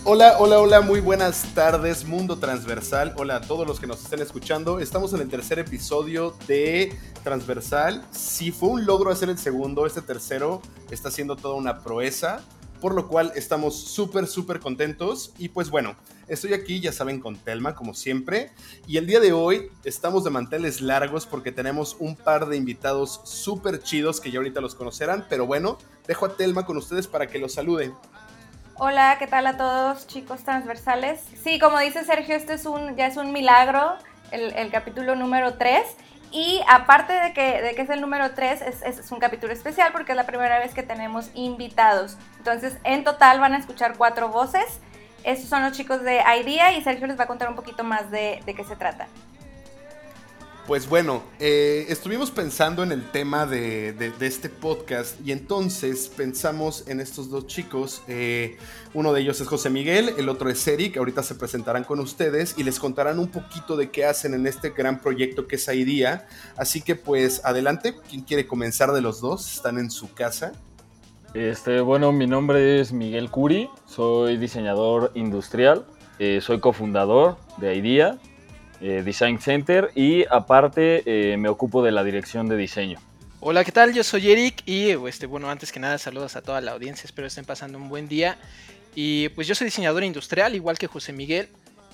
Hola, hola, hola, muy buenas tardes, Mundo Transversal. Hola a todos los que nos estén escuchando. Estamos en el tercer episodio de Transversal. Si fue un logro hacer el segundo, este tercero está siendo toda una proeza, por lo cual estamos súper contentos. Y pues bueno, estoy aquí, ya saben, con Telma, como siempre. Y el día de hoy estamos de manteles largos porque tenemos un par de invitados súper chidos que ya ahorita los conocerán. Pero bueno, dejo a Telma con ustedes para que los salude. Hola, ¿qué tal a todos, chicos transversales? Sí, como dice Sergio, ya es un milagro, el capítulo número 3. Y aparte de que es el número 3, es un capítulo especial porque es la primera vez que tenemos invitados. Entonces, en total van a escuchar 4 voces. Estos son los chicos de IDEA y Sergio les va a contar un poquito más de qué se trata. Pues bueno, estuvimos pensando en el tema de este podcast y entonces pensamos en estos dos chicos. Uno de ellos es José Miguel, el otro es Eric. Ahorita se presentarán con ustedes y les contarán un poquito de qué hacen en este gran proyecto que es IDEA. Así que pues adelante, ¿quién quiere comenzar de los dos? Están en su casa. Bueno, mi nombre es Miguel Curi, soy diseñador industrial, soy cofundador de IDEA Design Center y aparte me ocupo de la dirección de diseño. Hola, ¿qué tal? Yo soy Eric y bueno, antes que nada saludos a toda la audiencia, espero estén pasando un buen día. Y pues yo soy diseñador industrial, igual que José Miguel.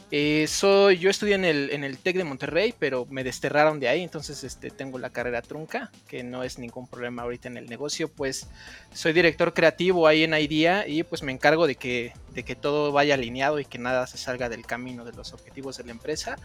Yo estudié en el TEC de Monterrey, pero me desterraron de ahí, entonces tengo la carrera trunca, que no es ningún problema ahorita en el negocio. Pues soy director creativo ahí en IDEA y pues me encargo de que todo vaya alineado y que nada se salga del camino de los objetivos de la empresa.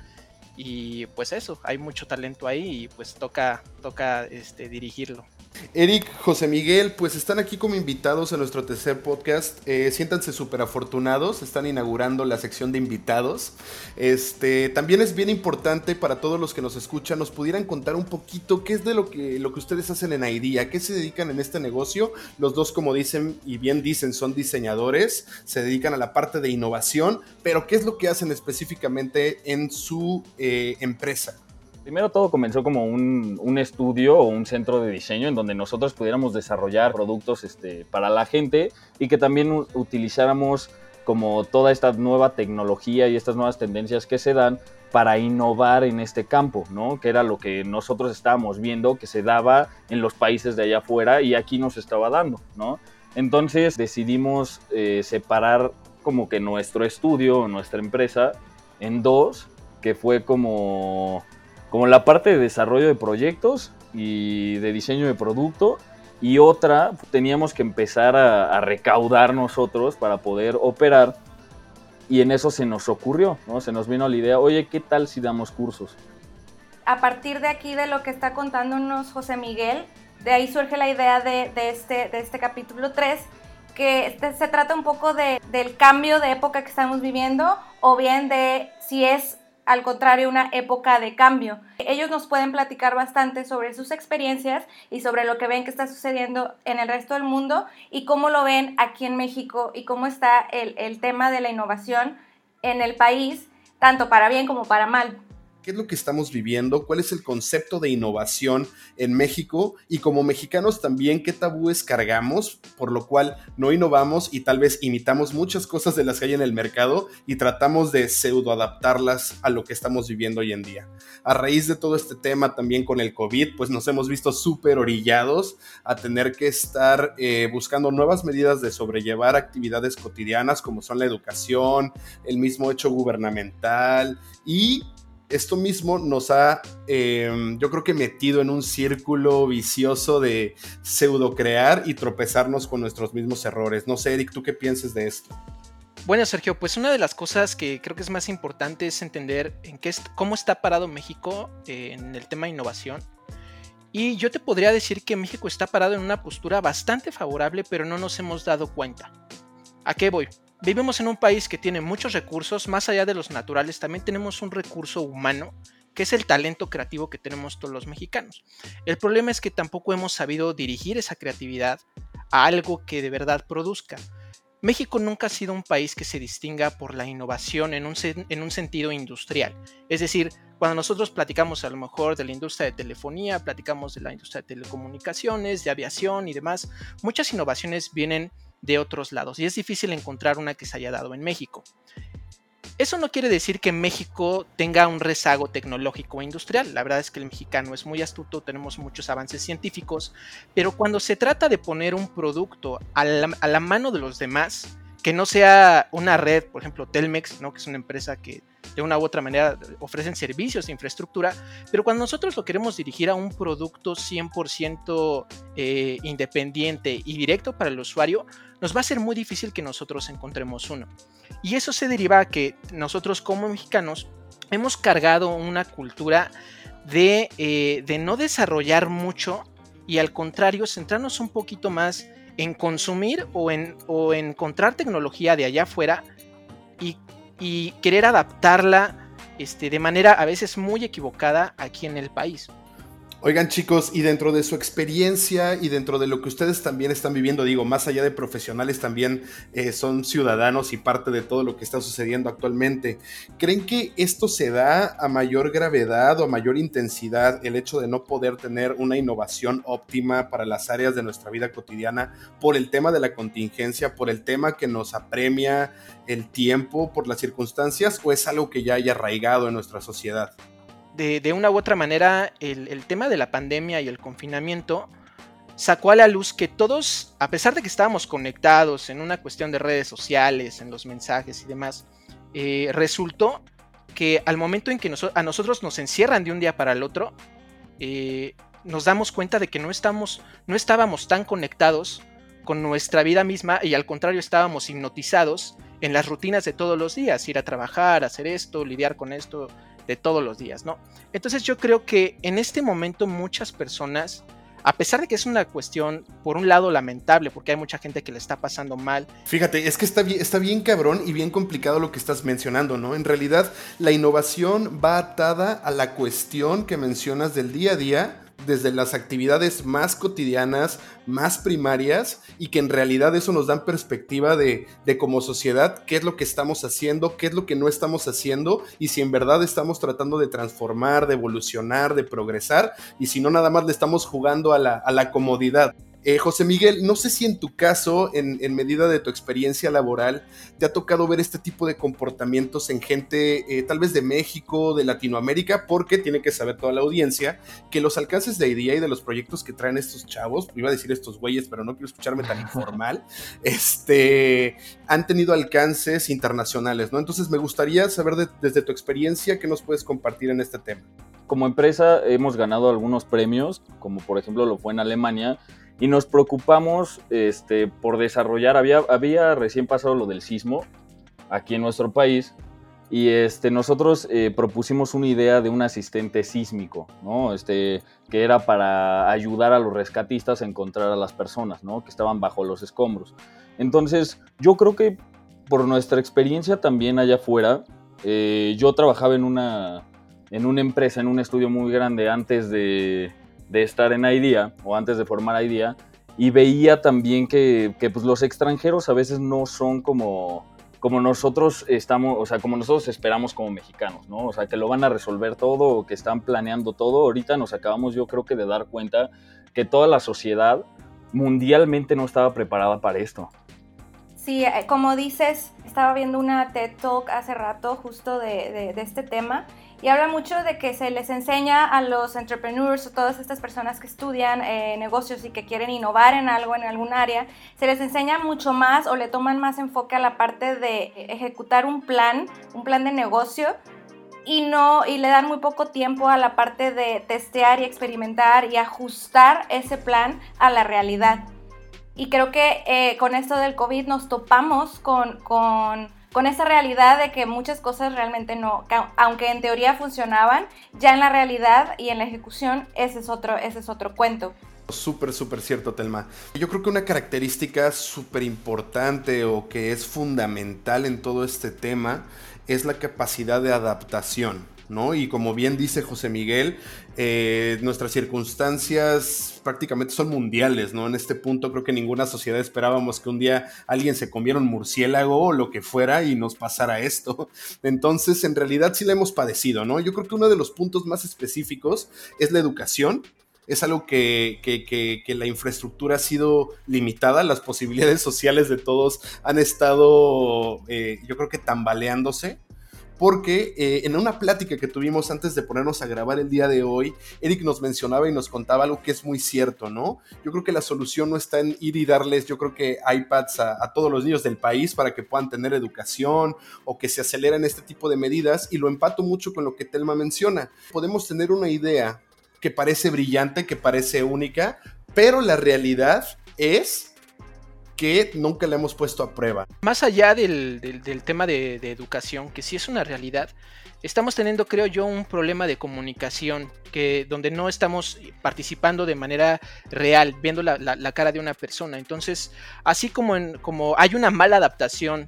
Y pues eso, hay mucho talento ahí y pues toca dirigirlo. Eric, José Miguel, pues están aquí como invitados a nuestro tercer podcast. Siéntanse súper afortunados, están inaugurando la sección de invitados. También es bien importante para todos los que nos escuchan, nos pudieran contar un poquito qué es de lo que ustedes hacen en IDEA, a qué se dedican en este negocio. Los dos, como dicen y bien dicen, son diseñadores, se dedican a la parte de innovación, pero ¿qué es lo que hacen específicamente en su empresa? Primero todo comenzó como un estudio o un centro de diseño en donde nosotros pudiéramos desarrollar productos para la gente y que también utilizáramos como toda esta nueva tecnología y estas nuevas tendencias que se dan para innovar en este campo, ¿no? Que era lo que nosotros estábamos viendo que se daba en los países de allá afuera y aquí nos estaba dando, ¿no? Entonces decidimos separar como que nuestro estudio, nuestra empresa en dos, que fue como la parte de desarrollo de proyectos y de diseño de producto, y otra teníamos que empezar a recaudar nosotros para poder operar, y en eso se nos ocurrió, ¿no? Se nos vino la idea, oye, ¿qué tal si damos cursos? A partir de aquí, de lo que está contándonos José Miguel, de ahí surge la idea de este capítulo 3, que se trata un poco del cambio de época que estamos viviendo, o bien de si es al contrario una época de cambio. Ellos nos pueden platicar bastante sobre sus experiencias y sobre lo que ven que está sucediendo en el resto del mundo y cómo lo ven aquí en México y cómo está el tema de la innovación en el país, tanto para bien como para mal. ¿Qué es lo que estamos viviendo? ¿Cuál es el concepto de innovación en México? Y como mexicanos también, ¿qué tabúes cargamos? Por lo cual no innovamos y tal vez imitamos muchas cosas de las que hay en el mercado y tratamos de pseudo adaptarlas a lo que estamos viviendo hoy en día. A raíz de todo este tema también con el COVID, pues nos hemos visto súper orillados a tener que estar buscando nuevas medidas de sobrellevar actividades cotidianas como son la educación, el mismo hecho gubernamental, y esto mismo nos ha, yo creo que metido en un círculo vicioso de pseudo crear y tropezarnos con nuestros mismos errores. No sé, Eric, ¿tú qué piensas de esto? Bueno, Sergio, pues una de las cosas que creo que es más importante es entender cómo está parado México en el tema de innovación. Y yo te podría decir que México está parado en una postura bastante favorable, pero no nos hemos dado cuenta. ¿A qué voy? Vivimos en un país que tiene muchos recursos, más allá de los naturales, también tenemos un recurso humano, que es el talento creativo que tenemos todos los mexicanos. El problema es que tampoco hemos sabido dirigir esa creatividad a algo que de verdad produzca. México nunca ha sido un país que se distinga por la innovación en un sentido industrial. Es decir, cuando nosotros platicamos a lo mejor de la industria de telefonía, platicamos de la industria de telecomunicaciones, de aviación y demás, muchas innovaciones vienen de otros lados y es difícil encontrar una que se haya dado en México. Eso no quiere decir que México tenga un rezago tecnológico e industrial. La verdad es que el mexicano es muy astuto, tenemos muchos avances científicos, pero cuando se trata de poner un producto a la mano de los demás, que no sea una red, por ejemplo Telmex, ¿no? Que es una empresa que de una u otra manera ofrecen servicios de infraestructura, pero cuando nosotros lo queremos dirigir a un producto 100% independiente y directo para el usuario, nos va a ser muy difícil que nosotros encontremos uno. Y eso se deriva a que nosotros como mexicanos hemos cargado una cultura de no desarrollar mucho y al contrario centrarnos un poquito más en consumir o en encontrar tecnología de allá afuera y querer adaptarla de manera a veces muy equivocada aquí en el país. Oigan, chicos, y dentro de su experiencia y dentro de lo que ustedes también están viviendo, digo, más allá de profesionales, también son ciudadanos y parte de todo lo que está sucediendo actualmente, ¿creen que esto se da a mayor gravedad o a mayor intensidad, el hecho de no poder tener una innovación óptima para las áreas de nuestra vida cotidiana por el tema de la contingencia, por el tema que nos apremia el tiempo, por las circunstancias, o es algo que ya haya arraigado en nuestra sociedad? De una u otra manera, el tema de la pandemia y el confinamiento sacó a la luz que todos, a pesar de que estábamos conectados en una cuestión de redes sociales, en los mensajes y demás, resultó que al momento en que a nosotros nos encierran de un día para el otro, nos damos cuenta de que no estábamos tan conectados con nuestra vida misma y al contrario estábamos hipnotizados en las rutinas de todos los días, ir a trabajar, hacer esto, lidiar con esto de todos los días, ¿no? Entonces yo creo que en este momento muchas personas, a pesar de que es una cuestión, por un lado, lamentable, porque hay mucha gente que le está pasando mal. Fíjate, es que está bien cabrón y bien complicado lo que estás mencionando, ¿no? En realidad, la innovación va atada a la cuestión que mencionas del día a día, desde las actividades más cotidianas, más primarias, y que en realidad eso nos da perspectiva de como sociedad qué es lo que estamos haciendo, qué es lo que no estamos haciendo, y si en verdad estamos tratando de transformar, de evolucionar, de progresar, y si no nada más le estamos jugando a la comodidad. José Miguel, no sé si en tu caso, en medida de tu experiencia laboral, te ha tocado ver este tipo de comportamientos en gente tal vez de México, de Latinoamérica, porque tiene que saber toda la audiencia que los alcances de idea y de los proyectos que traen estos chavos, iba a decir estos güeyes, pero no quiero escucharme tan informal, han tenido alcances internacionales, ¿no? Entonces me gustaría saber desde tu experiencia qué nos puedes compartir en este tema. Como empresa hemos ganado algunos premios, como por ejemplo lo fue en Alemania, y nos preocupamos por desarrollar, había recién pasado lo del sismo aquí en nuestro país, y nosotros propusimos una idea de un asistente sísmico, ¿no? Que era para ayudar a los rescatistas a encontrar a las personas, ¿no? Que estaban bajo los escombros. Entonces, yo creo que por nuestra experiencia también allá afuera, yo trabajaba en una empresa, en un estudio muy grande antes de estar en IDEA o antes de formar IDEA, y veía también que pues los extranjeros a veces no son como nosotros estamos, o sea, como nosotros esperamos como mexicanos, ¿no? O sea, que lo van a resolver todo o que están planeando todo. Ahorita nos acabamos, yo creo que de dar cuenta que toda la sociedad mundialmente no estaba preparada para esto. Sí, como dices, estaba viendo una TED Talk hace rato justo de este tema, y habla mucho de que se les enseña a los entrepreneurs o todas estas personas que estudian negocios y que quieren innovar en algo, en algún área, se les enseña mucho más o le toman más enfoque a la parte de ejecutar un plan de negocio, y le dan muy poco tiempo a la parte de testear y experimentar y ajustar ese plan a la realidad. Y creo que con esto del COVID nos topamos con esa realidad de que muchas cosas realmente no, aunque en teoría funcionaban, ya en la realidad y en la ejecución ese es otro cuento. Súper cierto, Telma. Yo creo que una característica súper importante o que es fundamental en todo este tema es la capacidad de adaptación, ¿no? Y como bien dice José Miguel, nuestras circunstancias prácticamente son mundiales, ¿no? En este punto creo que ninguna sociedad esperábamos que un día alguien se comiera un murciélago o lo que fuera y nos pasara esto. Entonces, en realidad sí la hemos padecido, ¿no? Yo creo que uno de los puntos más específicos es la educación. Es algo que la infraestructura ha sido limitada, las posibilidades sociales de todos han estado, yo creo que tambaleándose. Porque en una plática que tuvimos antes de ponernos a grabar el día de hoy, Eric nos mencionaba y nos contaba algo que es muy cierto, ¿no? Yo creo que la solución no está en ir y darles, yo creo que iPads a todos los niños del país para que puedan tener educación o que se aceleren este tipo de medidas, y lo empato mucho con lo que Telma menciona. Podemos tener una idea que parece brillante, que parece única, pero la realidad es que nunca la hemos puesto a prueba. Más allá del tema de educación, que sí es una realidad, estamos teniendo, creo yo, un problema de comunicación, donde no estamos participando de manera real, viendo la cara de una persona. Entonces, así como hay una mala adaptación,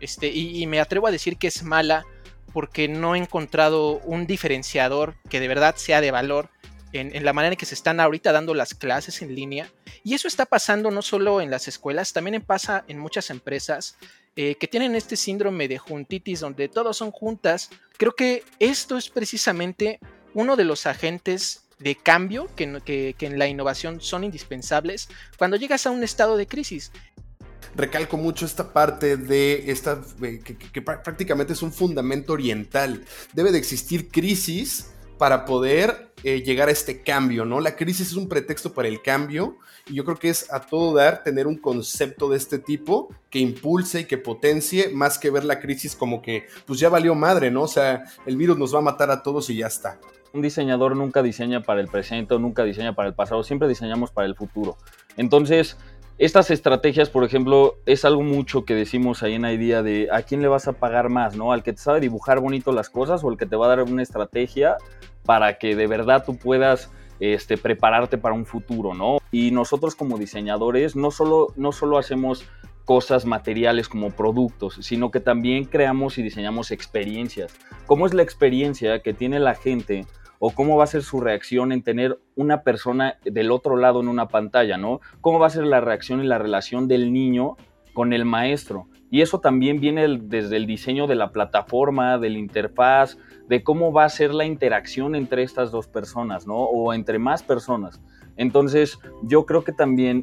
y me atrevo a decir que es mala, porque no he encontrado un diferenciador que de verdad sea de valor en la manera en que se están ahorita dando las clases en línea. Y eso está pasando no solo en las escuelas, también pasa en muchas empresas que tienen este síndrome de juntitis, donde todos son juntas. Creo que esto es precisamente uno de los agentes de cambio que en la innovación son indispensables cuando llegas a un estado de crisis. Recalco mucho esta parte de esta que prácticamente es un fundamento oriental. Debe de existir crisis para poder llegar a este cambio, ¿no? La crisis es un pretexto para el cambio, y yo creo que es a todo dar tener un concepto de este tipo que impulse y que potencie, más que ver la crisis como que pues ya valió madre, ¿no? O sea, el virus nos va a matar a todos y ya está. Un diseñador nunca diseña para el presente o nunca diseña para el pasado, siempre diseñamos para el futuro. Entonces, estas estrategias, por ejemplo, es algo mucho que decimos ahí en Idea de a quién le vas a pagar más, ¿no? ¿Al que te sabe dibujar bonito las cosas o el que te va a dar una estrategia para que de verdad tú puedas prepararte para un futuro, ¿no? Y nosotros como diseñadores no solo hacemos cosas materiales como productos, sino que también creamos y diseñamos experiencias. ¿Cómo es la experiencia que tiene la gente o cómo va a ser su reacción en tener una persona del otro lado en una pantalla, ¿no? ¿Cómo va a ser la reacción y la relación del niño con el maestro? Y eso también viene desde el diseño de la plataforma, de la interfaz, de cómo va a ser la interacción entre estas dos personas, ¿no? O entre más personas. Entonces, yo creo que también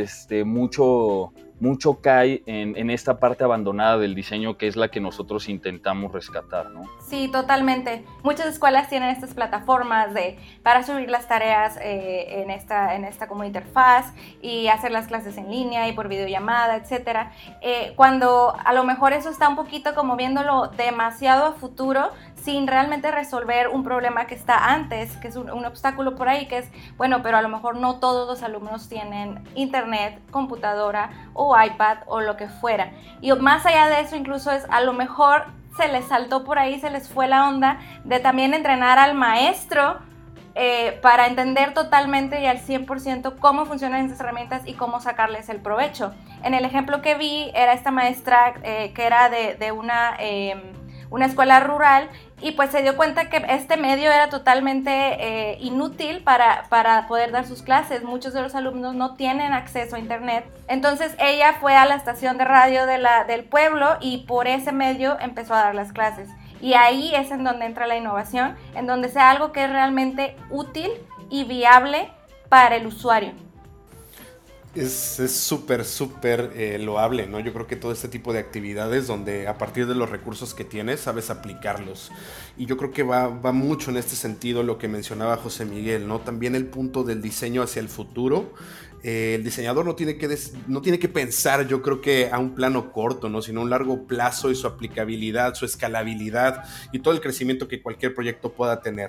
mucho cae en esta parte abandonada del diseño, que es la que nosotros intentamos rescatar, ¿no? Sí, totalmente. Muchas escuelas tienen estas plataformas para subir las tareas en esta como interfaz y hacer las clases en línea y por videollamada, etc. Cuando a lo mejor eso está un poquito como viéndolo demasiado a futuro, sin realmente resolver un problema que está antes, que es un obstáculo por ahí, que es, bueno, pero a lo mejor no todos los alumnos tienen internet, computadora o iPad o lo que fuera. Y más allá de eso, incluso es a lo mejor se les saltó por ahí, se les fue la onda de también entrenar al maestro para entender totalmente y al 100% cómo funcionan estas herramientas y cómo sacarles el provecho. En el ejemplo que vi era esta maestra que era de una escuela rural, y pues se dio cuenta que este medio era totalmente inútil para poder dar sus clases. Muchos de los alumnos no tienen acceso a internet. Entonces ella fue a la estación de radio del pueblo y por ese medio empezó a dar las clases. Y ahí es en donde entra la innovación, en donde sea algo que es realmente útil y viable para el usuario. Es súper loable, ¿no? Yo creo que todo este tipo de actividades donde a partir de los recursos que tienes sabes aplicarlos. Y yo creo que va mucho en este sentido lo que mencionaba José Miguel, ¿no? También el punto del diseño hacia el futuro. El diseñador no tiene que pensar, yo creo que a un plano corto, ¿no? Sino a un largo plazo, y su aplicabilidad, su escalabilidad y todo el crecimiento que cualquier proyecto pueda tener.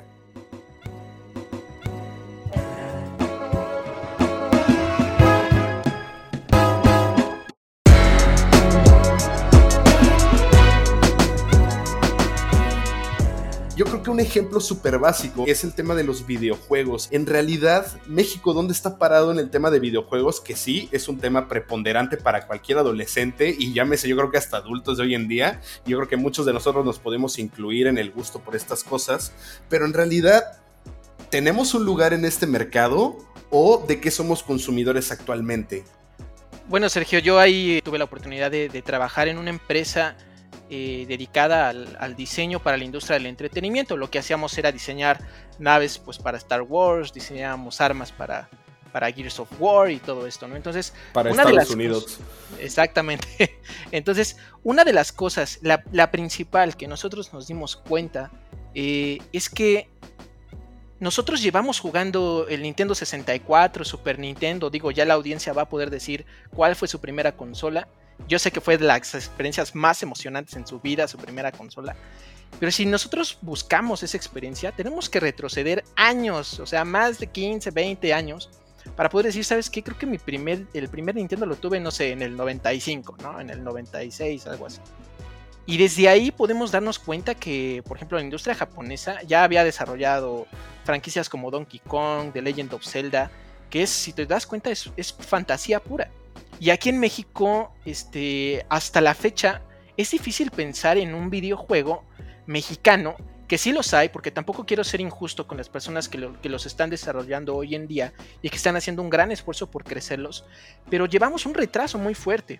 Yo creo que un ejemplo súper básico es el tema de los videojuegos. En realidad, México, ¿dónde está parado en el tema de videojuegos? Que sí, es un tema preponderante para cualquier adolescente y llámese, yo creo que hasta adultos de hoy en día. Yo creo que muchos de nosotros nos podemos incluir en el gusto por estas cosas, pero en realidad, ¿tenemos un lugar en este mercado o de qué somos consumidores actualmente? Bueno, Sergio, yo ahí tuve la oportunidad de trabajar en una empresa dedicada al diseño para la industria del entretenimiento. Lo que hacíamos era diseñar naves pues para Star Wars, diseñábamos armas para Gears of War y todo esto, ¿no? Entonces, para Estados Unidos. Exactamente. Entonces, una de las cosas, la principal que nosotros nos dimos cuenta es que nosotros llevamos jugando el Nintendo 64, Super Nintendo, digo, ya la audiencia va a poder decir cuál fue su primera consola. Yo sé que fue de las experiencias más emocionantes en su vida, su primera consola. Pero si nosotros buscamos esa experiencia, tenemos que retroceder años, o sea, más de 15, 20 años, para poder decir, ¿sabes qué? Creo que el primer Nintendo lo tuve, no sé, en el 95, ¿no? En el 96, algo así. Y desde ahí podemos darnos cuenta que, por ejemplo, la industria japonesa ya había desarrollado franquicias como Donkey Kong, The Legend of Zelda, que es, si te das cuenta, es fantasía pura. Y aquí en México, hasta la fecha, es difícil pensar en un videojuego mexicano, que sí los hay, porque tampoco quiero ser injusto con las personas que los están desarrollando hoy en día y que están haciendo un gran esfuerzo por crecerlos, pero llevamos un retraso muy fuerte.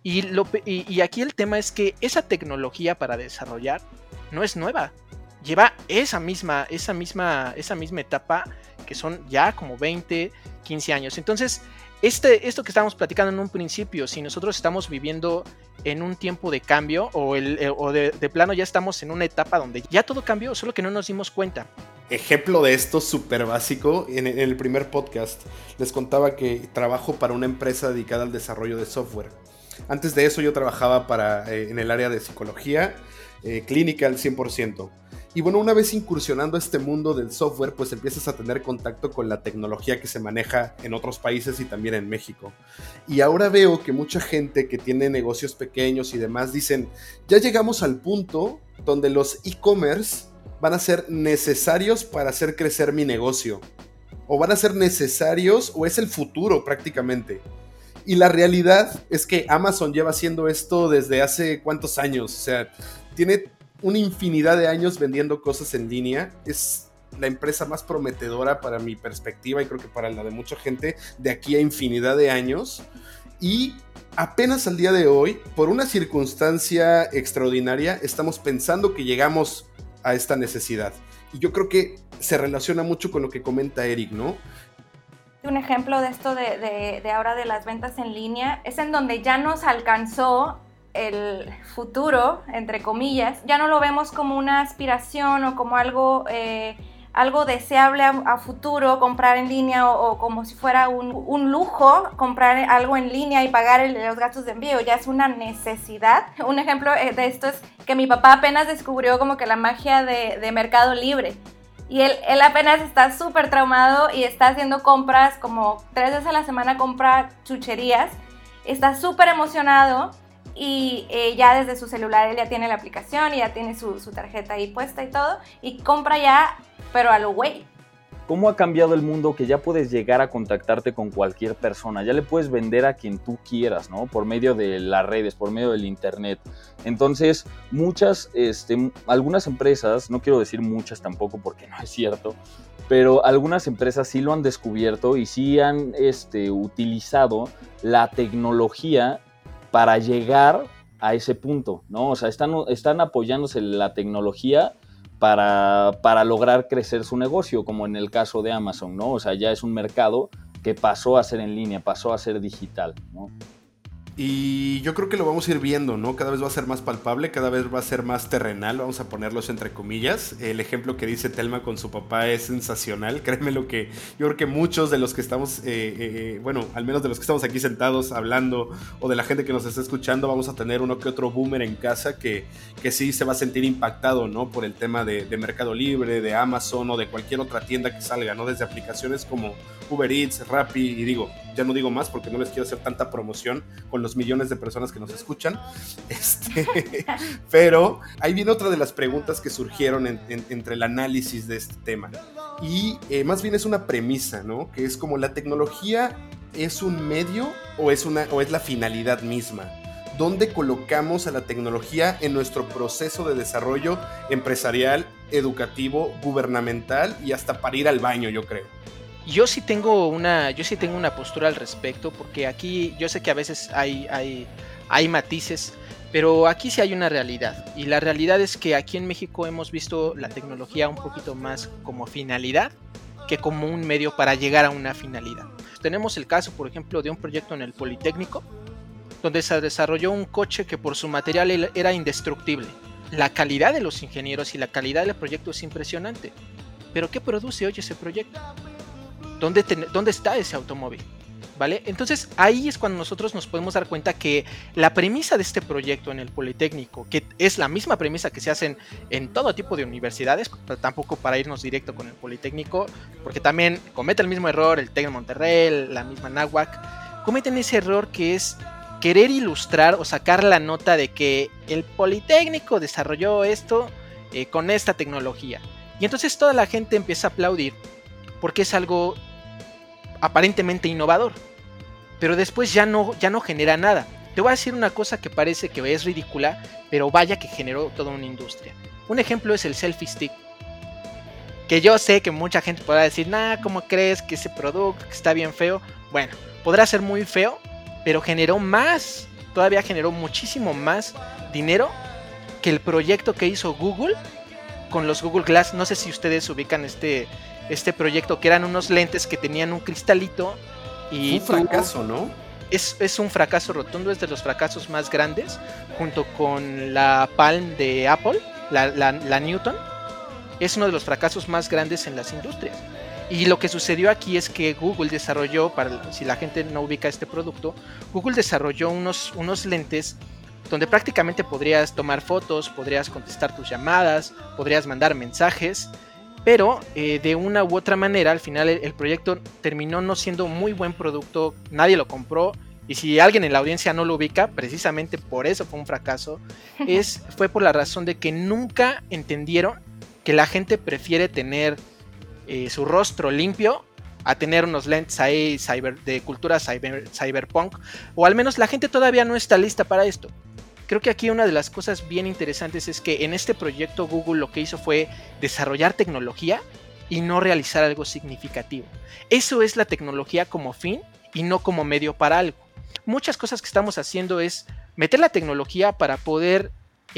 Y aquí el tema es que esa tecnología para desarrollar no es nueva, lleva esa misma etapa, que son ya como 20, 15 años. Entonces, esto que estábamos platicando en un principio, si nosotros estamos viviendo en un tiempo de cambio o de plano ya estamos en una etapa donde ya todo cambió, solo que no nos dimos cuenta. Ejemplo de esto súper básico, en el primer podcast les contaba que trabajo para una empresa dedicada al desarrollo de software. Antes de eso yo trabajaba en el área de psicología clínica al 100%. Y bueno, una vez incursionando a este mundo del software, pues empiezas a tener contacto con la tecnología que se maneja en otros países y también en México. Y ahora veo que mucha gente que tiene negocios pequeños y demás dicen, ya llegamos al punto donde los e-commerce van a ser necesarios para hacer crecer mi negocio. O van a ser necesarios, o es el futuro prácticamente. Y la realidad es que Amazon lleva haciendo esto desde hace ¿cuántos años? O sea, tiene una infinidad de años vendiendo cosas en línea. Es la empresa más prometedora para mi perspectiva y creo que para la de mucha gente de aquí a infinidad de años. Y apenas al día de hoy, por una circunstancia extraordinaria, estamos pensando que llegamos a esta necesidad. Y yo creo que se relaciona mucho con lo que comenta Eric, ¿no? Un ejemplo de esto de ahora de las ventas en línea es en donde ya nos alcanzó el futuro, entre comillas. Ya no lo vemos como una aspiración o como algo deseable a futuro, comprar en línea o como si fuera un lujo comprar algo en línea y pagar los gastos de envío. Ya es una necesidad. Un ejemplo de esto es que mi papá apenas descubrió como que la magia de Mercado Libre. Y él apenas está súper traumado y está haciendo compras como 3 veces a la semana, compra chucherías. Está súper emocionado y ya desde su celular él ya tiene la aplicación y ya tiene su tarjeta ahí puesta y todo. Y compra ya, pero a lo güey. ¿Cómo ha cambiado el mundo que ya puedes llegar a contactarte con cualquier persona? Ya le puedes vender a quien tú quieras, ¿no? Por medio de las redes, por medio del internet. Entonces, algunas empresas, no quiero decir muchas tampoco porque no es cierto, pero algunas empresas sí lo han descubierto y sí han utilizado la tecnología para llegar a ese punto, ¿no? O sea, están apoyándose en la tecnología para lograr crecer su negocio, como en el caso de Amazon, ¿no? O sea, ya es un mercado que pasó a ser en línea, pasó a ser digital, ¿no? Y yo creo que lo vamos a ir viendo, ¿no? Cada vez va a ser más palpable, cada vez va a ser más terrenal, vamos a ponerlos entre comillas. El ejemplo que dice Telma con su papá es sensacional. Créeme lo que yo creo que muchos de los que estamos, al menos de los que estamos aquí sentados hablando o de la gente que nos está escuchando, vamos a tener uno que otro boomer en casa que sí se va a sentir impactado, ¿no? Por el tema de Mercado Libre, de Amazon o de cualquier otra tienda que salga, ¿no? Desde aplicaciones como Uber Eats, Rappi y ya no digo más porque no les quiero hacer tanta promoción con los millones de personas que nos escuchan. Pero ahí viene otra de las preguntas que surgieron entre el análisis de este tema. Y más bien es una premisa, ¿no? Que es como la tecnología es un medio o es la finalidad misma. ¿Dónde colocamos a la tecnología en nuestro proceso de desarrollo empresarial, educativo, gubernamental y hasta para ir al baño, yo creo? Yo sí tengo una postura al respecto, porque aquí yo sé que a veces hay matices, Pero aquí sí hay una realidad, y la realidad es que aquí en México hemos visto la tecnología un poquito más como finalidad que como un medio para llegar a una finalidad. Tenemos el caso, por ejemplo, de un proyecto en el Politécnico, donde se desarrolló un coche que por su material era indestructible. La calidad de los ingenieros y la calidad del proyecto es impresionante. Pero ¿qué produce hoy ese proyecto? ¿Dónde está ese automóvil? ¿Vale? Entonces ahí es cuando nosotros nos podemos dar cuenta que la premisa de este proyecto en el Politécnico, que es la misma premisa que se hacen en todo tipo de universidades, pero tampoco para irnos directo con el Politécnico, porque también comete el mismo error el TEC de Monterrey, la misma Náhuac, cometen ese error que es querer ilustrar o sacar la nota de que el Politécnico desarrolló esto con esta tecnología. Y entonces toda la gente empieza a aplaudir porque es algo aparentemente innovador, pero después ya no genera nada. Te voy a decir una cosa que parece que es ridícula, pero vaya que generó toda una industria. Un ejemplo es el selfie stick, que yo sé que mucha gente podrá decir, nah, ¿cómo crees que ese producto que está bien feo? Bueno, podrá ser muy feo, pero todavía generó muchísimo más dinero que el proyecto que hizo Google con los Google Glass. No sé si ustedes ubican este proyecto, que eran unos lentes que tenían un cristalito. Y un fracaso, ¿no? Es un fracaso rotundo, es de los fracasos más grandes, junto con la Palm de Apple, la Newton. Es uno de los fracasos más grandes en las industrias. Y lo que sucedió aquí es que Google desarrolló, si la gente no ubica este producto, Google desarrolló unos lentes donde prácticamente podrías tomar fotos, podrías contestar tus llamadas, podrías mandar mensajes, pero de una u otra manera al final el proyecto terminó no siendo un muy buen producto, nadie lo compró, y si alguien en la audiencia no lo ubica, precisamente por eso fue un fracaso. Fue por la razón de que nunca entendieron que la gente prefiere tener su rostro limpio a tener unos lentes ahí de cultura cyberpunk, o al menos la gente todavía no está lista para esto. Creo que aquí una de las cosas bien interesantes es que en este proyecto Google lo que hizo fue desarrollar tecnología y no realizar algo significativo. Eso es la tecnología como fin y no como medio para algo. Muchas cosas que estamos haciendo es meter la tecnología para poder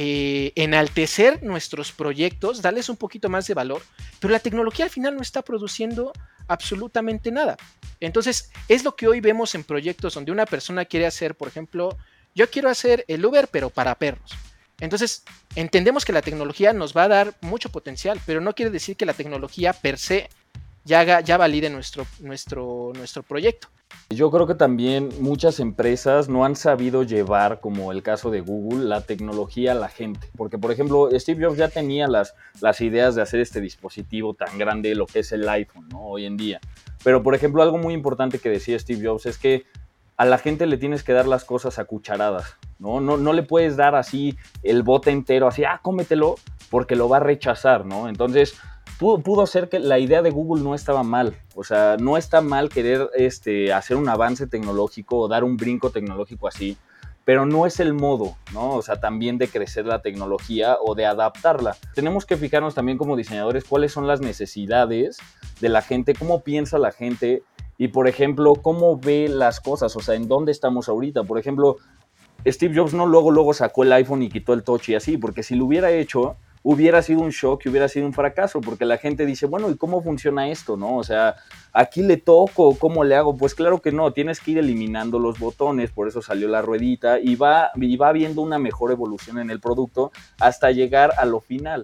enaltecer nuestros proyectos, darles un poquito más de valor, pero la tecnología al final no está produciendo absolutamente nada. Entonces es lo que hoy vemos en proyectos donde una persona quiere hacer, por ejemplo, yo quiero hacer el Uber pero para perros. Entonces entendemos que la tecnología nos va a dar mucho potencial, pero no quiere decir que la tecnología per se ya valide nuestro proyecto. Yo creo que también muchas empresas no han sabido llevar, como el caso de Google, la tecnología a la gente. Porque, por ejemplo, Steve Jobs ya tenía las ideas de hacer este dispositivo tan grande, lo que es el iPhone, ¿no? Hoy en día. Pero, por ejemplo, algo muy importante que decía Steve Jobs es que a la gente le tienes que dar las cosas a cucharadas, ¿no? No le puedes dar así el bote entero, así, cómetelo, porque lo va a rechazar, ¿no? Entonces pudo ser que la idea de Google no estaba mal. O sea, no está mal querer hacer un avance tecnológico o dar un brinco tecnológico así, pero no es el modo, ¿no? O sea, también de crecer la tecnología o de adaptarla. Tenemos que fijarnos también como diseñadores cuáles son las necesidades de la gente, cómo piensa la gente y, por ejemplo, cómo ve las cosas, o sea, en dónde estamos ahorita. Por ejemplo, Steve Jobs no luego sacó el iPhone y quitó el touch y así, porque si lo hubiera hecho, hubiera sido un shock y hubiera sido un fracaso, porque la gente dice, bueno, ¿y cómo funciona esto, no? O sea, ¿aquí le toco? ¿Cómo le hago? Pues claro que no, tienes que ir eliminando los botones, por eso salió la ruedita, y va habiendo una mejor evolución en el producto hasta llegar a lo final.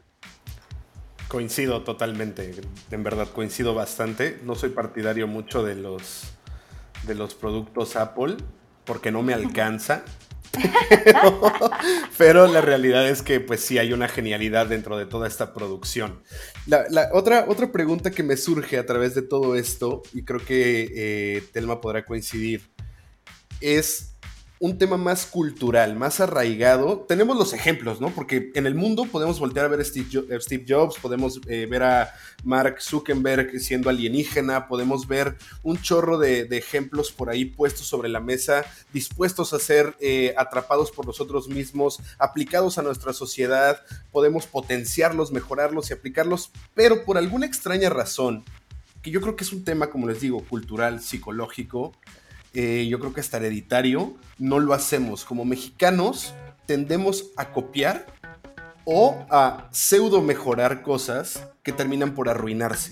Coincido totalmente, en verdad coincido bastante. No soy partidario mucho de los productos Apple, porque no me alcanza. Pero la realidad es que pues sí hay una genialidad dentro de toda esta producción. Otra pregunta que me surge a través de todo esto, y creo que Telma podrá coincidir, es un tema más cultural, más arraigado. Tenemos los ejemplos, ¿no? Porque en el mundo podemos voltear a ver a Steve Jobs, podemos ver a Mark Zuckerberg siendo alienígena, podemos ver un chorro de ejemplos por ahí puestos sobre la mesa, dispuestos a ser atrapados por nosotros mismos, aplicados a nuestra sociedad, podemos potenciarlos, mejorarlos y aplicarlos, pero por alguna extraña razón, que yo creo que es un tema, como les digo, cultural, psicológico, yo creo que hasta hereditario, no lo hacemos. Como mexicanos, tendemos a copiar o a pseudo mejorar cosas que terminan por arruinarse.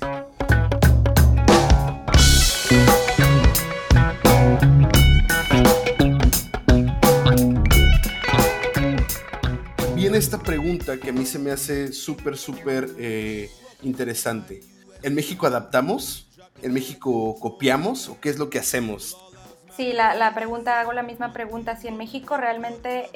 Viene esta pregunta que a mí se me hace súper interesante. ¿En México adaptamos? ¿En México copiamos? ¿O qué es lo que hacemos? Sí, hago la misma pregunta. Si en México realmente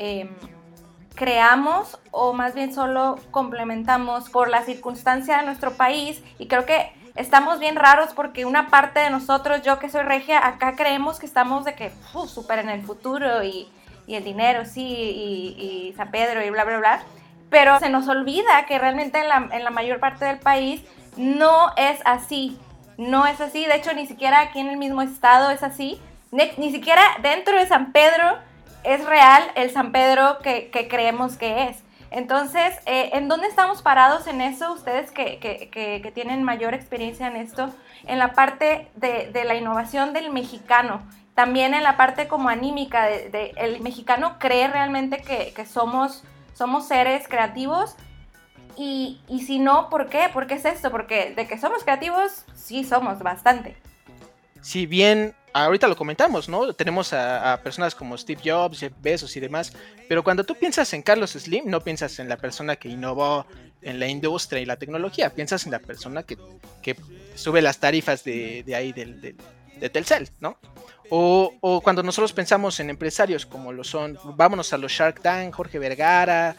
creamos o más bien solo complementamos por la circunstancia de nuestro país, y creo que estamos bien raros porque una parte de nosotros, yo que soy regia, acá creemos que estamos de que súper en el futuro y el dinero, sí, y San Pedro y bla, bla, bla, pero se nos olvida que realmente en la mayor parte del país no es así, de hecho ni siquiera aquí en el mismo estado es así, ni siquiera dentro de San Pedro es real el San Pedro que creemos que es. Entonces, ¿en dónde estamos parados en eso? Ustedes que tienen mayor experiencia en esto, en la parte de la innovación del mexicano, también en la parte como anímica, el mexicano cree realmente que somos seres creativos, y si no, ¿por qué? ¿Por qué es esto? Porque de que somos creativos, sí somos bastante. Si bien ahorita lo comentamos, ¿no? Tenemos a personas como Steve Jobs, Jeff Bezos y demás, pero cuando tú piensas en Carlos Slim, no piensas en la persona que innovó en la industria y la tecnología, piensas en la persona que sube las tarifas de ahí de Telcel, ¿no? O cuando nosotros pensamos en empresarios como lo son, vámonos a los Shark Tank, Jorge Vergara,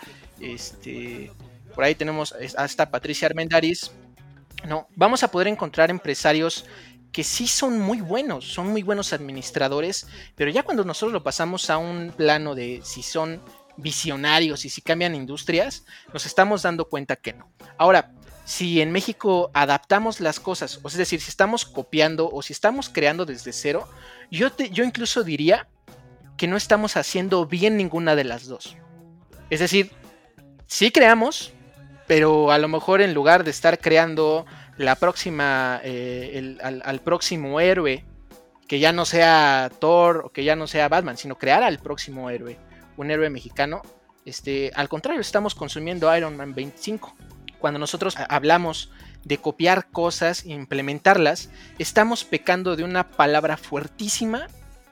por ahí tenemos hasta Patricia Armendariz, ¿no? Vamos a poder encontrar empresarios que sí son muy buenos administradores, pero ya cuando nosotros lo pasamos a un plano de si son visionarios y si cambian industrias, nos estamos dando cuenta que no. Ahora, si en México adaptamos las cosas, o es decir, si estamos copiando o si estamos creando desde cero, yo incluso diría que no estamos haciendo bien ninguna de las dos. Es decir, sí creamos, pero a lo mejor en lugar de estar creando la próxima, al próximo héroe, que ya no sea Thor o que ya no sea Batman, sino crear al próximo héroe, un héroe mexicano, al contrario, estamos consumiendo Iron Man 25. Cuando nosotros hablamos de copiar cosas e implementarlas, estamos pecando de una palabra fuertísima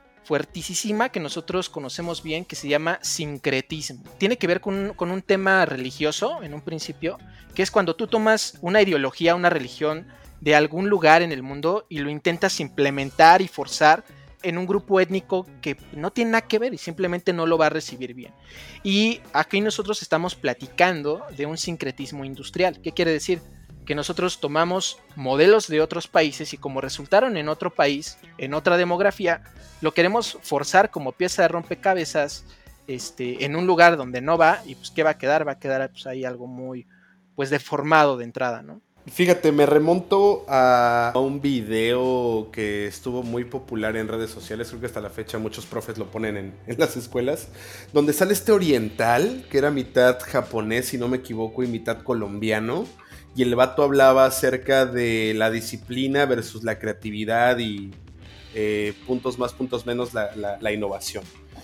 que nosotros conocemos bien, que se llama sincretismo. Tiene que ver con un tema religioso, en un principio, que es cuando tú tomas una ideología, una religión de algún lugar en el mundo y lo intentas implementar y forzar en un grupo étnico que no tiene nada que ver y simplemente no lo va a recibir bien. Y aquí nosotros estamos platicando de un sincretismo industrial. ¿Qué quiere decir? Que nosotros tomamos modelos de otros países y como resultaron en otro país, en otra demografía, lo queremos forzar como pieza de rompecabezas en un lugar donde no va, y pues ¿qué va a quedar? Va a quedar pues ahí algo muy pues deformado de entrada, ¿no? Fíjate, me remonto a un video que estuvo muy popular en redes sociales, creo que hasta la fecha muchos profes lo ponen en las escuelas, donde sale este oriental, que era mitad japonés, si no me equivoco, y mitad colombiano, y el vato hablaba acerca de la disciplina versus la creatividad y puntos más, puntos menos la innovación.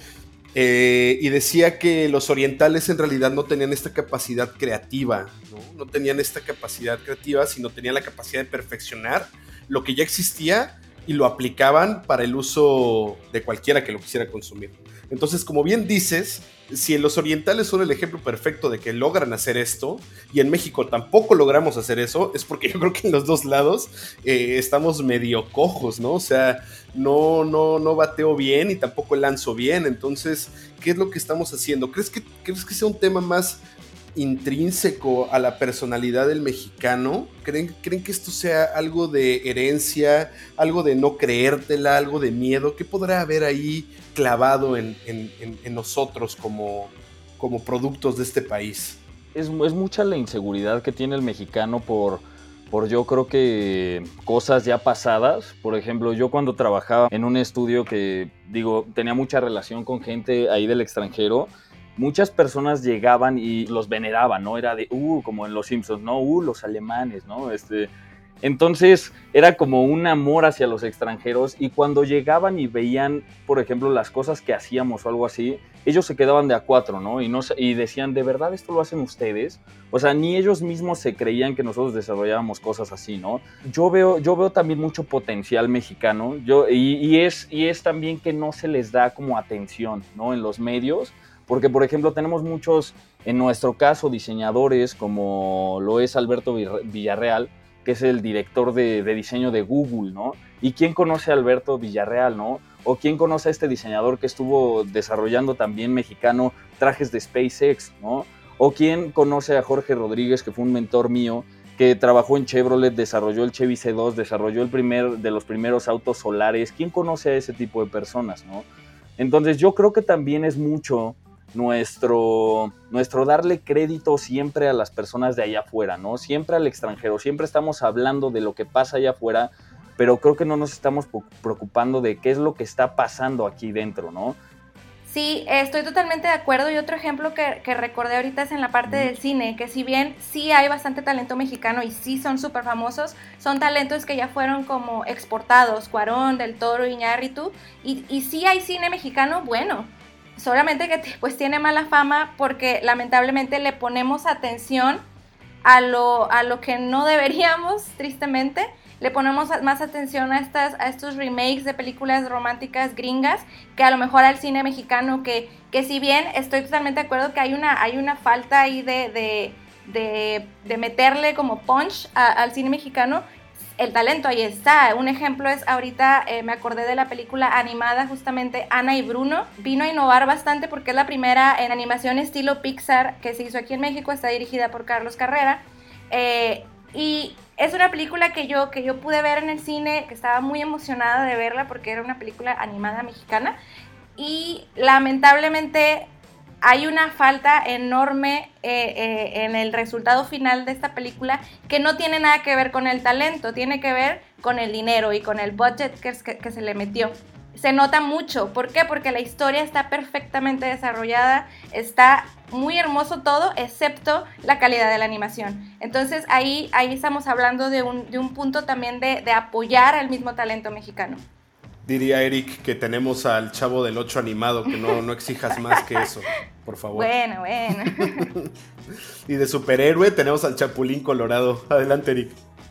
Y decía que los orientales en realidad no tenían esta capacidad creativa, no tenían esta capacidad creativa, sino tenían la capacidad de perfeccionar lo que ya existía y lo aplicaban para el uso de cualquiera que lo quisiera consumir. Entonces, como bien dices, si los orientales son el ejemplo perfecto de que logran hacer esto, y en México tampoco logramos hacer eso, es porque yo creo que en los dos lados estamos medio cojos, ¿no? O sea, no bateo bien y tampoco lanzo bien. Entonces, ¿qué es lo que estamos haciendo? ¿Crees que sea un tema más intrínseco a la personalidad del mexicano? ¿Creen que esto sea algo de herencia, algo de no creértela, algo de miedo? ¿Qué podrá haber ahí clavado en nosotros como productos de este país? Es mucha la inseguridad que tiene el mexicano por yo creo que cosas ya pasadas. Por ejemplo, yo cuando trabajaba en un estudio que, tenía mucha relación con gente ahí del extranjero, muchas personas llegaban y los veneraban, ¿no? Era de, como en Los Simpsons, ¿no? Los alemanes, ¿no? Entonces era como un amor hacia los extranjeros, y cuando llegaban y veían, por ejemplo, las cosas que hacíamos o algo así, ellos se quedaban de a 4, ¿no? Y decían, ¿de verdad esto lo hacen ustedes? O sea, ni ellos mismos se creían que nosotros desarrollábamos cosas así, ¿no? Yo veo también mucho potencial mexicano, y es también que no se les da como atención, ¿no? En los medios, porque, por ejemplo, tenemos muchos, en nuestro caso, diseñadores, como lo es Alberto Villarreal, que es el director de diseño de Google, ¿no? ¿Y quién conoce a Alberto Villarreal, no? ¿O quién conoce a este diseñador que estuvo desarrollando también mexicano trajes de SpaceX, ¿no? ¿O quién conoce a Jorge Rodríguez, que fue un mentor mío, que trabajó en Chevrolet, desarrolló el Chevy C2, desarrolló el de los primeros autos solares? ¿Quién conoce a ese tipo de personas, no? Entonces yo creo que también es mucho nuestro darle crédito siempre a las personas de allá afuera, ¿no? Siempre al extranjero, siempre estamos hablando de lo que pasa allá afuera, pero creo que no nos estamos preocupando de qué es lo que está pasando aquí dentro, ¿no? Sí, estoy totalmente de acuerdo. Y otro ejemplo que recordé ahorita es en la parte del cine, que si bien sí hay bastante talento mexicano y sí son súper famosos, son talentos que ya fueron como exportados, Cuarón, Del Toro, Iñárritu, y sí hay cine mexicano bueno, solamente que pues tiene mala fama porque lamentablemente le ponemos atención a lo que no deberíamos, tristemente. Le ponemos más atención a estos remakes de películas románticas gringas que a lo mejor al cine mexicano, que si bien estoy totalmente de acuerdo que hay una falta ahí de meterle como punch al cine mexicano, el talento ahí está. Un ejemplo es ahorita me acordé de la película animada justamente Ana y Bruno. Vino a innovar bastante porque es la primera en animación estilo Pixar que se hizo aquí en México. Está dirigida por Carlos Carrera. Y es una película que yo pude ver en el cine, que estaba muy emocionada de verla porque era una película animada mexicana, y lamentablemente hay una falta enorme en el resultado final de esta película que no tiene nada que ver con el talento, tiene que ver con el dinero y con el budget que se le metió. Se nota mucho. ¿Por qué? Porque la historia está perfectamente desarrollada, está muy hermoso todo, excepto la calidad de la animación. Entonces ahí estamos hablando de un punto también de apoyar al mismo talento mexicano. Diría Eric que tenemos al Chavo del 8 animado, que no exijas más que eso, por favor. Bueno. Y de superhéroe tenemos al Chapulín Colorado. Adelante, Eric.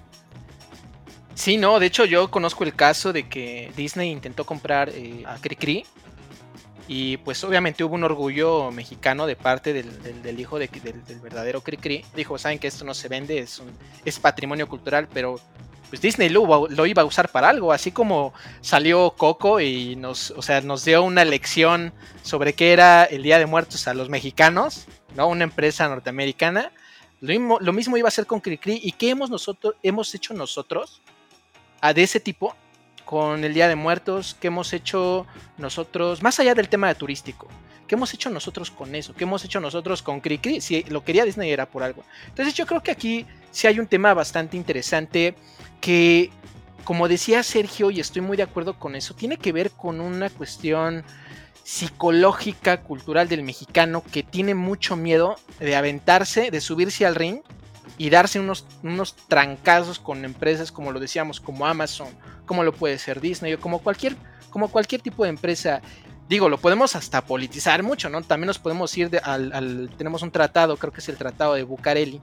Sí, no, de hecho yo conozco el caso de que Disney intentó comprar a Cricri, y pues obviamente hubo un orgullo mexicano de parte del hijo del verdadero Cricri. Dijo, saben que esto no se vende, es patrimonio cultural, pero pues Disney lo iba a usar para algo, así como salió Coco y nos dio una lección sobre qué era el Día de Muertos a los mexicanos, ¿no? Una empresa norteamericana. Lo mismo iba a hacer con Cricri. ¿Y qué hemos hecho nosotros de ese tipo con el Día de Muertos? ¿Qué hemos hecho nosotros, más allá del tema turístico? ¿Qué hemos hecho nosotros con eso? ¿Qué hemos hecho nosotros con Cricri? Si lo quería Disney era por algo. Entonces yo creo que aquí sí hay un tema bastante interesante que, como decía Sergio, y estoy muy de acuerdo con eso, tiene que ver con una cuestión psicológica, cultural del mexicano, que tiene mucho miedo de aventarse, de subirse al ring y darse unos trancazos con empresas, como lo decíamos, como Amazon, como lo puede ser Disney, o como cualquier tipo de empresa. Digo, lo podemos hasta politizar mucho, ¿no? También nos podemos ir tenemos un tratado, creo que es el tratado de Bucareli,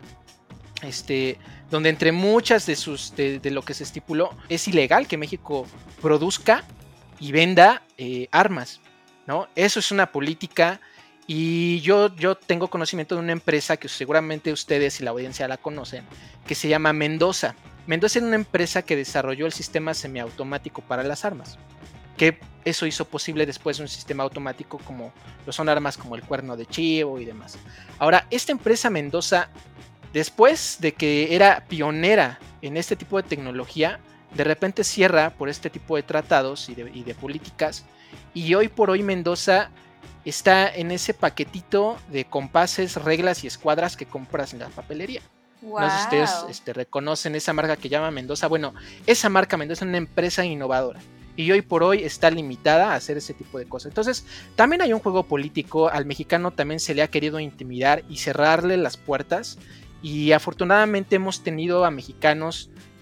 donde entre muchas de lo que se estipuló, es ilegal que México produzca y venda armas, ¿no? Eso es una política. Y yo tengo conocimiento de una empresa que seguramente ustedes y la audiencia la conocen, que se llama Mendoza. Mendoza es una empresa que desarrolló el sistema semiautomático para las armas, que eso hizo posible después un sistema automático como lo son armas como el cuerno de chivo y demás. Ahora, esta empresa Mendoza, después de que era pionera en este tipo de tecnología, de repente cierra por este tipo de tratados y de políticas, y hoy por hoy Mendoza está en ese paquetito de compases, reglas y escuadras que compras en la papelería. Wow. No sé si ustedes reconocen esa marca que llama Mendoza. Bueno, esa marca Mendoza es una empresa innovadora y hoy por hoy está limitada a hacer ese tipo de cosas. Entonces, también hay un juego político. Al mexicano también se le ha querido intimidar y cerrarle las puertas. Y afortunadamente hemos tenido a mexicanos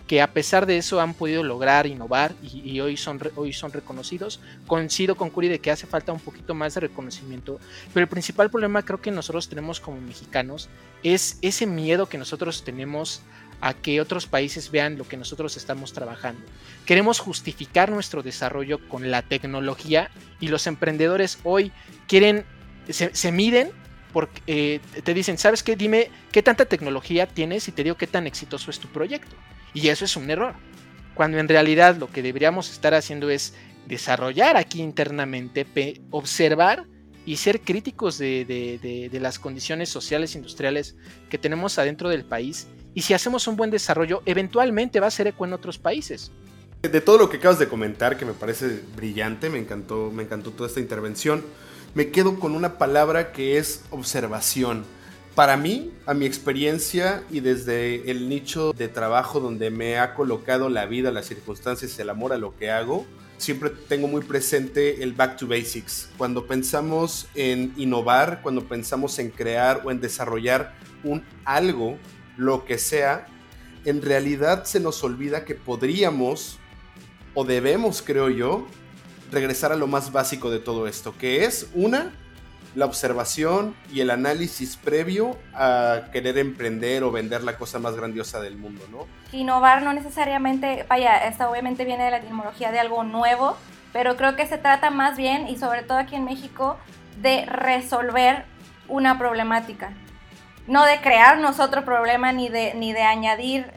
que a pesar de eso han podido lograr innovar y hoy son reconocidos. Coincido con Curi de que hace falta un poquito más de reconocimiento, pero el principal problema creo que nosotros tenemos como mexicanos es ese miedo que nosotros tenemos a que otros países vean lo que nosotros estamos trabajando. Queremos justificar nuestro desarrollo con la tecnología y los emprendedores hoy se miden porque te dicen, ¿sabes qué? Dime qué tanta tecnología tienes y te digo qué tan exitoso es tu proyecto. Y eso es un error. Cuando en realidad lo que deberíamos estar haciendo es desarrollar aquí internamente, observar y ser críticos de las condiciones sociales e industriales que tenemos adentro del país. Y si hacemos un buen desarrollo, eventualmente va a ser eco en otros países. De todo lo que acabas de comentar, que me parece brillante, me encantó toda esta intervención, me quedo con una palabra que es observación. Para mí, a mi experiencia y desde el nicho de trabajo donde me ha colocado la vida, las circunstancias, el amor a lo que hago, siempre tengo muy presente el back to basics. Cuando pensamos en innovar, cuando pensamos en crear o en desarrollar algo, lo que sea, en realidad se nos olvida que podríamos o debemos, creo yo, regresar a lo más básico de todo esto, que es la observación y el análisis previo a querer emprender o vender la cosa más grandiosa del mundo, ¿no? Innovar no necesariamente, esta obviamente viene de la etimología de algo nuevo, pero creo que se trata más bien, y sobre todo aquí en México, de resolver una problemática. No de crearnos otro problema ni de añadir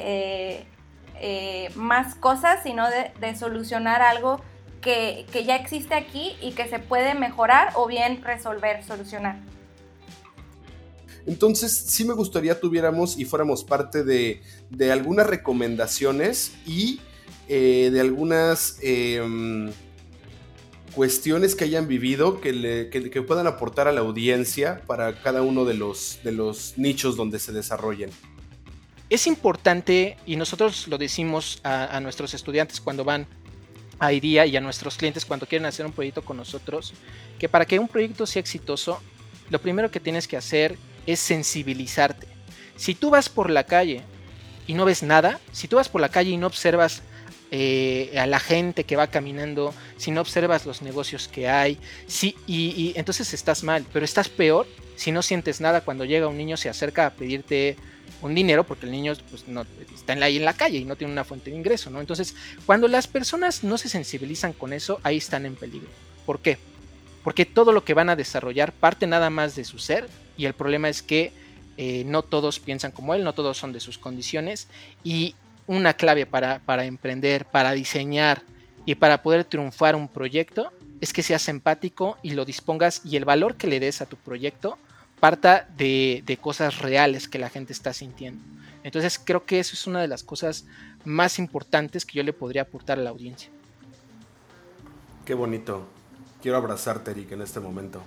más cosas, sino de solucionar algo que ya existe aquí y que se puede mejorar o bien resolver, solucionar. Entonces sí me gustaría tuviéramos y fuéramos parte de algunas recomendaciones y de algunas cuestiones que hayan vivido que puedan aportar a la audiencia para cada uno de los nichos donde se desarrollen. Es importante, y nosotros lo decimos a nuestros estudiantes cuando van a IDEA y a nuestros clientes cuando quieren hacer un proyecto con nosotros, que para que un proyecto sea exitoso, lo primero que tienes que hacer es sensibilizarte. Si tú vas por la calle y no ves nada, si tú vas por la calle y no observas a la gente que va caminando, si no observas los negocios que hay, y entonces estás mal, pero estás peor si no sientes nada cuando llega un niño, se acerca a pedirte un dinero, porque el niño pues, no, está ahí en la calle y no tiene una fuente de ingreso, ¿no? Entonces, cuando las personas no se sensibilizan con eso, ahí están en peligro. ¿Por qué? Porque todo lo que van a desarrollar parte nada más de su ser, y el problema es que no todos piensan como él, no todos son de sus condiciones, y una clave para emprender, para diseñar y para poder triunfar un proyecto es que seas empático y lo dispongas, y el valor que le des a tu proyecto parta de cosas reales que la gente está sintiendo. Entonces creo que eso es una de las cosas más importantes que yo le podría aportar a la audiencia. Qué bonito. Quiero abrazarte, Eric, en este momento.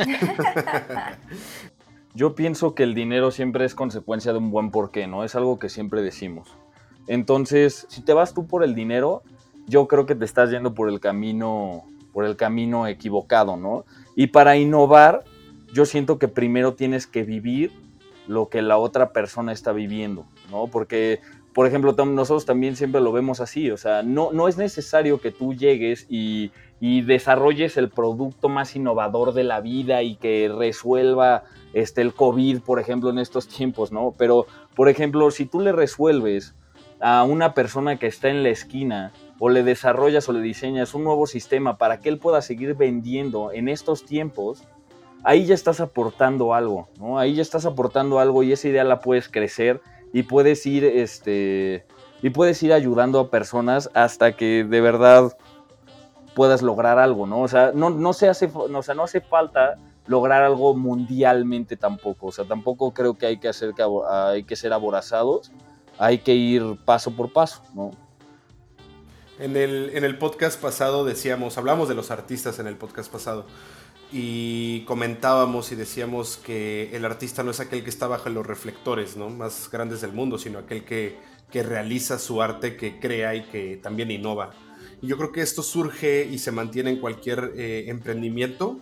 Yo pienso que el dinero siempre es consecuencia de un buen porqué, ¿no? Es algo que siempre decimos. Entonces, si te vas tú por el dinero, yo creo que te estás yendo por el camino equivocado, ¿no? Y para innovar, yo siento que primero tienes que vivir lo que la otra persona está viviendo, ¿no? Porque, por ejemplo, nosotros también siempre lo vemos así, o sea, no es necesario que tú llegues y desarrolles el producto más innovador de la vida y que resuelva el COVID, por ejemplo, en estos tiempos, ¿no? Pero, por ejemplo, si tú le resuelves a una persona que está en la esquina o le desarrollas o le diseñas un nuevo sistema para que él pueda seguir vendiendo en estos tiempos, ahí ya estás aportando algo, ¿no? Ahí ya estás aportando algo y esa idea la puedes crecer y puedes ir ayudando a personas hasta que de verdad puedas lograr algo, ¿no? O sea, no hace falta lograr algo mundialmente tampoco. O sea, tampoco creo que hay que ser aborazados, hay que ir paso por paso, ¿no? En el podcast pasado hablamos de los artistas en el podcast pasado. Y comentábamos y decíamos que el artista no es aquel que está bajo los reflectores, ¿no?, más grandes del mundo, sino aquel que realiza su arte, que crea y que también innova. Y yo creo que esto surge y se mantiene en cualquier emprendimiento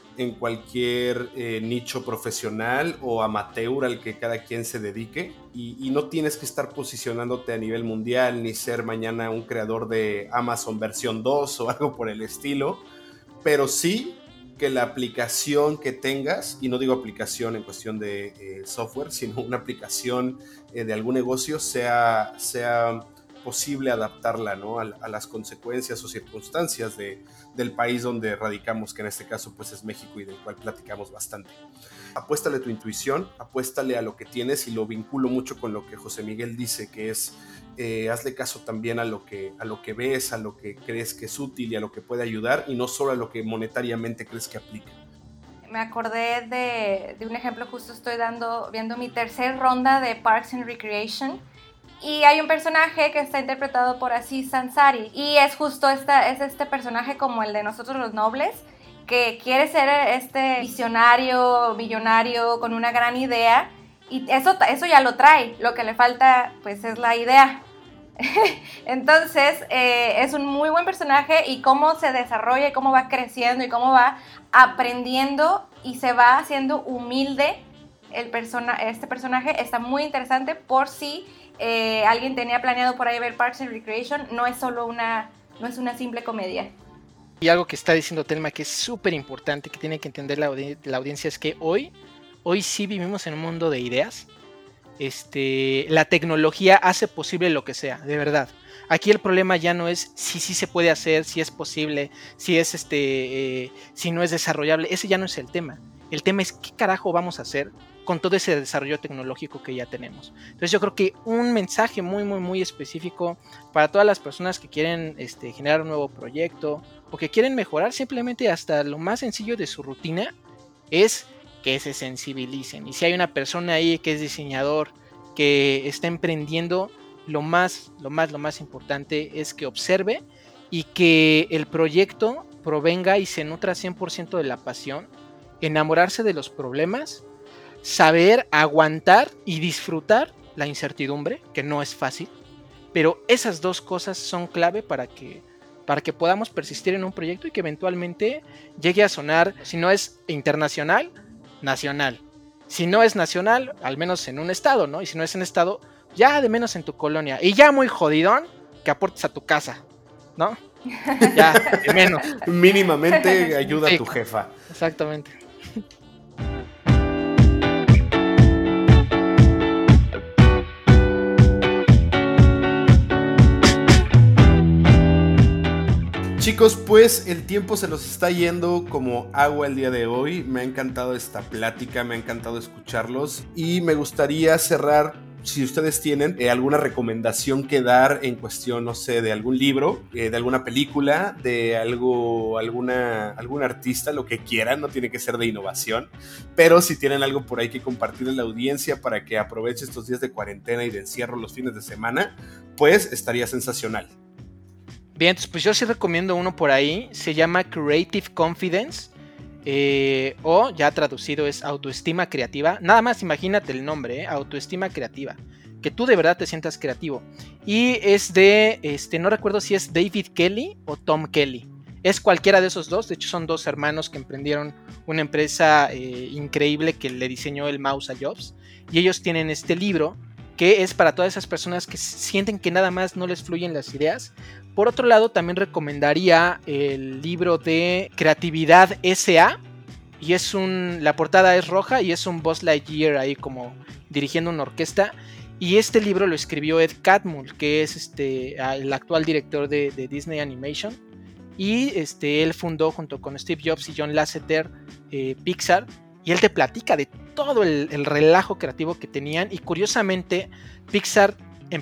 en cualquier nicho profesional o amateur al que cada quien se dedique, y no tienes que estar posicionándote a nivel mundial ni ser mañana un creador de Amazon versión 2 o algo por el estilo, pero sí que la aplicación que tengas, y no digo aplicación en cuestión de software, sino una aplicación de algún negocio, sea posible adaptarla, ¿no? a las consecuencias o circunstancias del país donde radicamos, que en este caso pues es México y del cual platicamos bastante. Apuéstale a tu intuición, apuéstale a lo que tienes, y lo vinculo mucho con lo que José Miguel dice, que es hazle caso también a lo que ves, a lo que crees que es útil y a lo que puede ayudar, y no solo a lo que monetariamente crees que aplica. Me acordé de un ejemplo, justo estoy viendo mi tercera ronda de Parks and Recreation, y hay un personaje que está interpretado por Aziz Ansari, y es justo este personaje como el de Nosotros los Nobles, que quiere ser este visionario, millonario, con una gran idea, y eso ya lo trae, lo que le falta pues es la idea. Entonces es un muy buen personaje, y cómo se desarrolla y cómo va creciendo y cómo va aprendiendo y se va haciendo humilde este personaje está muy interesante. Por si alguien tenía planeado por ahí ver Parks and Recreation, no es una simple comedia. Y algo que está diciendo Telma que es súper importante, que tiene que entender la audiencia, es que hoy sí vivimos en un mundo de ideas. La tecnología hace posible lo que sea, de verdad. Aquí el problema ya no es si sí se puede hacer, si es posible, si no es desarrollable. Ese ya no es el tema. El tema es qué carajo vamos a hacer con todo ese desarrollo tecnológico que ya tenemos. Entonces yo creo que un mensaje muy, muy, muy específico para todas las personas que quieren generar un nuevo proyecto o que quieren mejorar simplemente hasta lo más sencillo de su rutina es que se sensibilicen. Y si hay una persona ahí que es diseñador, que está emprendiendo, lo más importante es que observe y que el proyecto provenga y se nutra 100% de la pasión, enamorarse de los problemas, saber aguantar y disfrutar la incertidumbre, que no es fácil, pero esas dos cosas son clave para que podamos persistir en un proyecto y que eventualmente llegue a sonar, si no es internacional, nacional. Si no es nacional, al menos en un estado, ¿no? Y si no es en estado, ya de menos en tu colonia. Y ya muy jodidón, que aportes a tu casa, ¿no? Ya, de menos. Mínimamente ayuda a tu jefa. Exactamente. Chicos, pues el tiempo se nos está yendo como agua el día de hoy. Me ha encantado esta plática, me ha encantado escucharlos, y me gustaría cerrar, si ustedes tienen alguna recomendación que dar en cuestión, no sé, de algún libro, de alguna película, de algún artista, lo que quieran, no tiene que ser de innovación, pero si tienen algo por ahí que compartir en la audiencia para que aproveche estos días de cuarentena y de encierro los fines de semana, pues estaría sensacional. Bien, entonces pues yo sí recomiendo uno por ahí, se llama Creative Confidence, o ya traducido es Autoestima Creativa. Nada más imagínate el nombre, Autoestima Creativa, que tú de verdad te sientas creativo. Y es de, no recuerdo si es David Kelly o Tom Kelly, es cualquiera de esos dos. De hecho son dos hermanos que emprendieron una empresa increíble que le diseñó el mouse a Jobs, y ellos tienen este libro que es para todas esas personas que sienten que nada más no les fluyen las ideas. Por otro lado, también recomendaría el libro de Creatividad S.A. Y la portada es roja y es un Buzz Lightyear ahí como dirigiendo una orquesta. Y este libro lo escribió Ed Catmull, que es el actual director de Disney Animation. Y él fundó junto con Steve Jobs y John Lasseter Pixar. Y él te platica de todo el relajo creativo que tenían. Y curiosamente, Pixar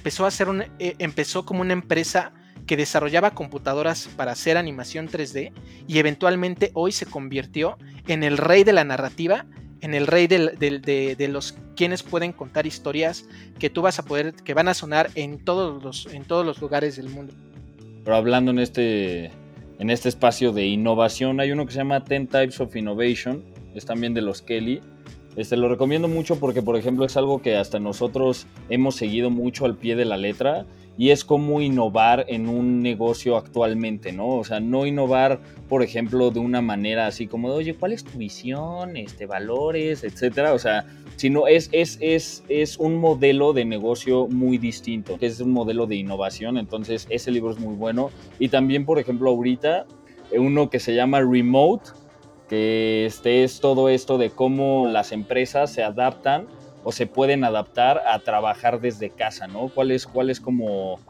empezó como una empresa que desarrollaba computadoras para hacer animación 3D, y eventualmente hoy se convirtió en el rey de la narrativa, en el rey de los quienes pueden contar historias que tú vas a poder, que van a sonar en todos los lugares del mundo. Pero hablando en este espacio de innovación, hay uno que se llama 10 Types of Innovation, es también de los Kelly. Lo recomiendo mucho porque, por ejemplo, es algo que hasta nosotros hemos seguido mucho al pie de la letra. y es cómo innovar en un negocio actualmente, ¿no? O sea, no innovar, por ejemplo, de una manera así como de, oye, ¿cuál es tu visión, valores, etcétera? O sea, sino es un modelo de negocio muy distinto, que es un modelo de innovación. Entonces, ese libro es muy bueno. Y también, por ejemplo, ahorita, uno que se llama Remote, que es todo esto de cómo las empresas se adaptan o se pueden adaptar a trabajar desde casa, ¿no? ¿Cuál es como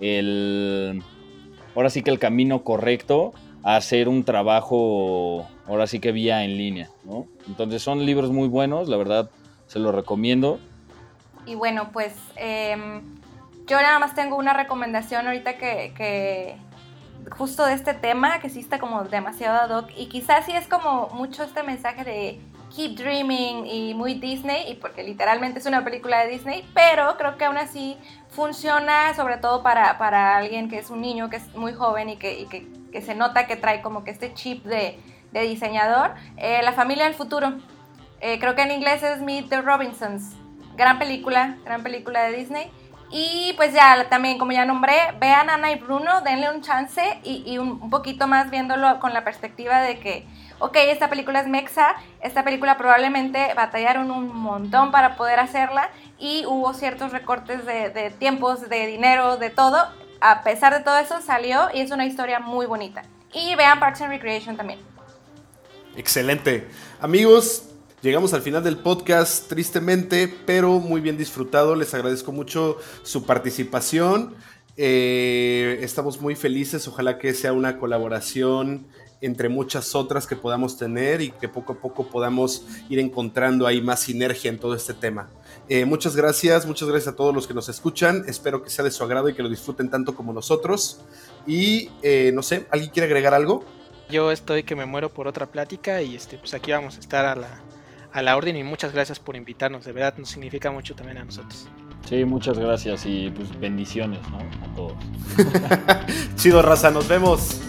ahora sí que el camino correcto a hacer un trabajo, ahora sí que vía en línea, ¿no? Entonces son libros muy buenos, la verdad se los recomiendo. Y bueno, pues yo nada más tengo una recomendación ahorita que justo de este tema, que sí está como demasiado ad hoc, y quizás sí es como mucho este mensaje de Keep Dreaming y muy Disney, y porque literalmente es una película de Disney, pero creo que aún así funciona sobre todo para alguien que es un niño, que es muy joven y que se nota que trae como que este chip de diseñador. La familia del futuro, creo que en inglés es Meet the Robinsons, gran película de Disney. Y pues ya también, como ya nombré, vean Ana y Bruno, denle un chance y un poquito más viéndolo con la perspectiva de que, ok, esta película es mexa, esta película probablemente batallaron un montón para poder hacerla y hubo ciertos recortes de tiempos, de dinero, de todo. A pesar de todo eso salió y es una historia muy bonita. Y vean Parks and Recreation también. Excelente. Amigos, llegamos al final del podcast, tristemente, pero muy bien disfrutado. Les agradezco mucho su participación. Estamos muy felices. Ojalá que sea una colaboración entre muchas otras que podamos tener y que poco a poco podamos ir encontrando ahí más sinergia en todo este tema. Muchas gracias a todos los que nos escuchan. Espero que sea de su agrado y que lo disfruten tanto como nosotros. Y no sé, ¿alguien quiere agregar algo? Yo estoy que me muero por otra plática y pues aquí vamos a estar a la orden, y muchas gracias por invitarnos, de verdad nos significa mucho también a nosotros. Sí, muchas gracias y pues bendiciones, ¿no? A todos. Chido, raza, nos vemos.